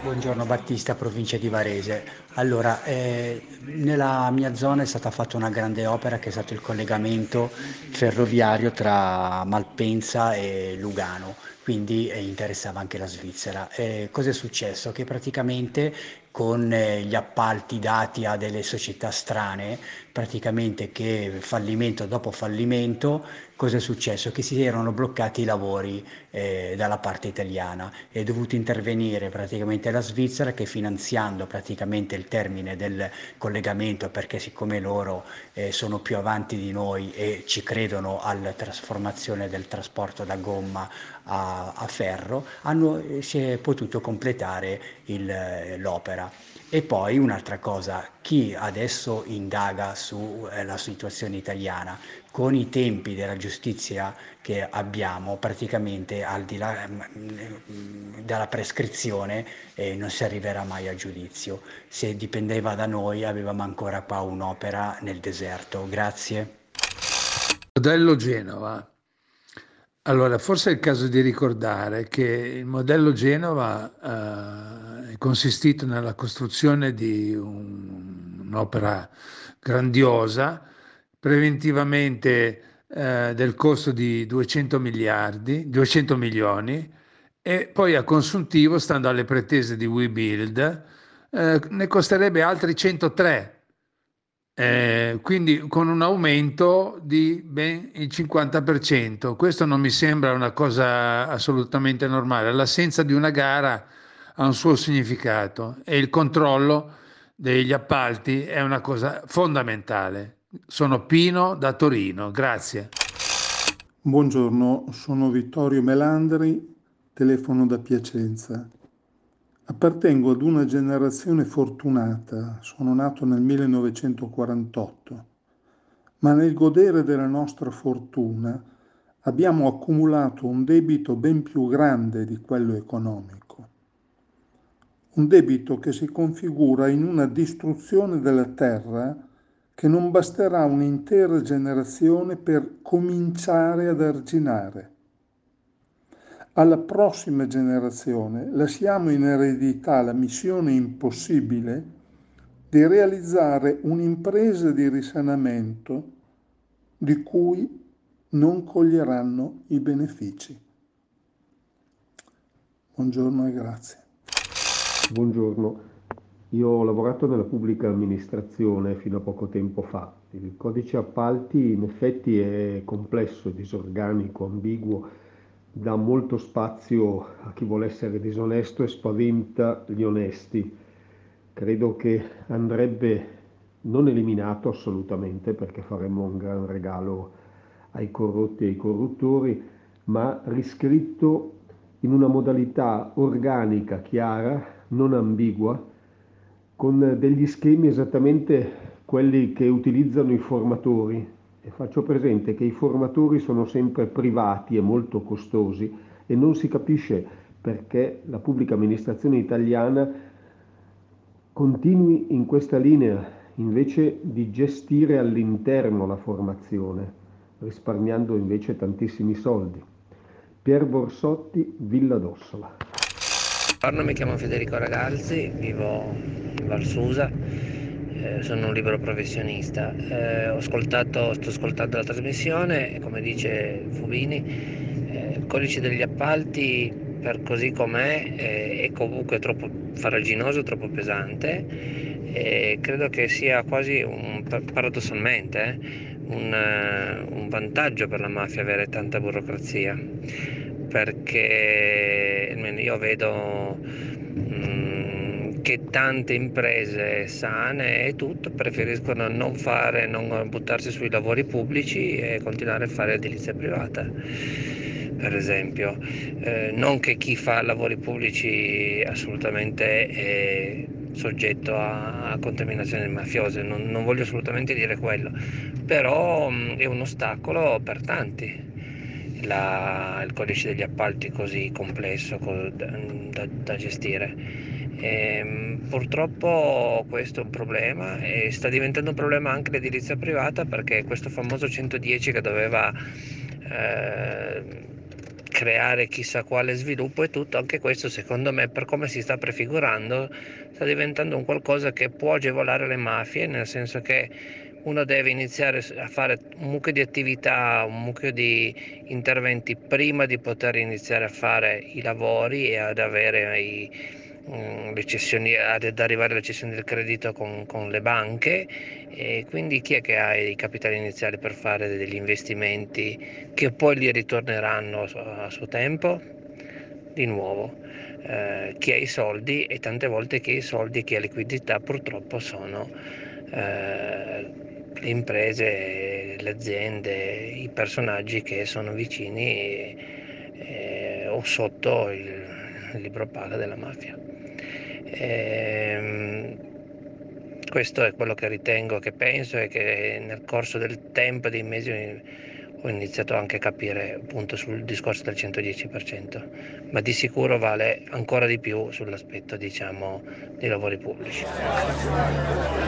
Buongiorno Battista, provincia di Varese. Allora, nella mia zona è stata fatta una grande opera che è stato il collegamento ferroviario tra Malpensa e Lugano, quindi interessava anche la Svizzera. Cosa è successo? Che praticamente con gli appalti dati a delle società strane, praticamente che fallimento dopo fallimento, cosa è successo? Che si erano bloccati i lavori dalla parte italiana. È dovuto intervenire praticamente la Svizzera che finanziando praticamente il termine del collegamento, perché siccome loro sono più avanti di noi e ci credono alla trasformazione del trasporto da gomma a ferro, si è potuto completare l'opera. E poi un'altra cosa, chi adesso indaga sulla situazione italiana, con i tempi della giustizia che abbiamo, praticamente al di là dalla prescrizione non si arriverà mai a giudizio. Se dipendeva da noi avevamo ancora qua un'opera nel deserto. Grazie. Modello Genova. Allora, forse è il caso di ricordare che il modello Genova è consistito nella costruzione di un'opera grandiosa, preventivamente del costo di 200 miliardi, 200 milioni, e poi a consuntivo, stando alle pretese di WeBuild, ne costerebbe altri 103. Quindi con un aumento di ben il 50%. Questo non mi sembra una cosa assolutamente normale. L'assenza di una gara ha un suo significato e il controllo degli appalti è una cosa fondamentale. Sono Pino da Torino, grazie. Buongiorno, sono Vittorio Melandri, telefono da Piacenza. Appartengo ad una generazione fortunata, sono nato nel 1948, ma nel godere della nostra fortuna abbiamo accumulato un debito ben più grande di quello economico. Un debito che si configura in una distruzione della terra che non basterà un'intera generazione per cominciare ad arginare. Alla prossima generazione lasciamo in eredità la missione impossibile di realizzare un'impresa di risanamento di cui non coglieranno i benefici. Buongiorno e grazie. Buongiorno, io ho lavorato nella pubblica amministrazione fino a poco tempo fa. Il codice appalti in effetti è complesso, disorganico, ambiguo, dà molto spazio a chi vuole essere disonesto e spaventa gli onesti. Credo che andrebbe non eliminato assolutamente perché faremmo un gran regalo ai corrotti e ai corruttori, ma riscritto in una modalità organica, chiara, non ambigua, con degli schemi esattamente quelli che utilizzano i formatori. E faccio presente che i formatori sono sempre privati e molto costosi e non si capisce perché la pubblica amministrazione italiana continui in questa linea invece di gestire all'interno la formazione, risparmiando invece tantissimi soldi. Pier Borsotti, Villa d'Ossola. Buongiorno, mi chiamo Federico Ragazzi, vivo in Val Susa, sono un libero professionista. Sto ascoltando la trasmissione e come dice Fubini, il codice degli appalti per così com'è è comunque troppo farraginoso, troppo pesante e credo che sia quasi paradossalmente un vantaggio per la mafia avere tanta burocrazia, perché almeno io vedo che tante imprese sane e tutto preferiscono non buttarsi sui lavori pubblici e continuare a fare edilizia privata, per esempio. Non che chi fa lavori pubblici assolutamente è soggetto a contaminazioni mafiose, non voglio assolutamente dire quello, però è un ostacolo per tanti il codice degli appalti così complesso da gestire. Purtroppo questo è un problema e sta diventando un problema anche l'edilizia privata, perché questo famoso 110 che doveva creare chissà quale sviluppo e tutto. Anche questo, secondo me, per come si sta prefigurando, sta diventando un qualcosa che può agevolare le mafie, nel senso che uno deve iniziare a fare un mucchio di attività, un mucchio di interventi prima di poter iniziare a fare i lavori e ad avere le cessioni, ad arrivare alle cessioni del credito con le banche. E quindi chi è che ha i capitali iniziali per fare degli investimenti che poi li ritorneranno a suo tempo? Di nuovo, chi ha i soldi, e tante volte chi ha i soldi, chi ha liquidità, purtroppo sono le imprese, le aziende, i personaggi che sono vicini o sotto il libro paga della mafia. Questo è quello che ritengo, che penso, e che nel corso del tempo, dei mesi, ho iniziato anche a capire, appunto, sul discorso del 110%, ma di sicuro vale ancora di più sull'aspetto, diciamo, dei lavori pubblici.